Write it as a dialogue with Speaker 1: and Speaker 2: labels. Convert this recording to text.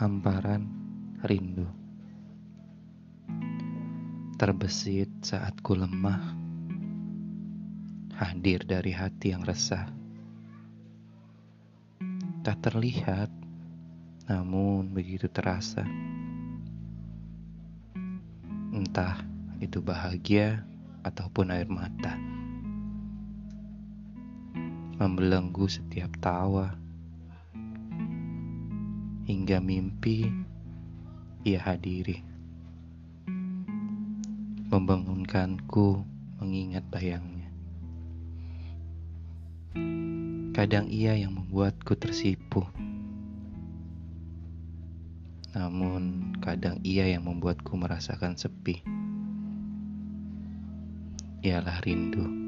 Speaker 1: Hamparan rindu terbesit saat ku lemah, hadir dari hati yang resah. Tak terlihat, namun begitu terasa. Entah itu bahagia ataupun air mata, membelenggu setiap tawa, hingga mimpi ia hadiri, membangunkanku mengingat bayangnya. Kadang ia yang membuatku tersipu, namun kadang ia yang membuatku merasakan sepi. Ialah rindu.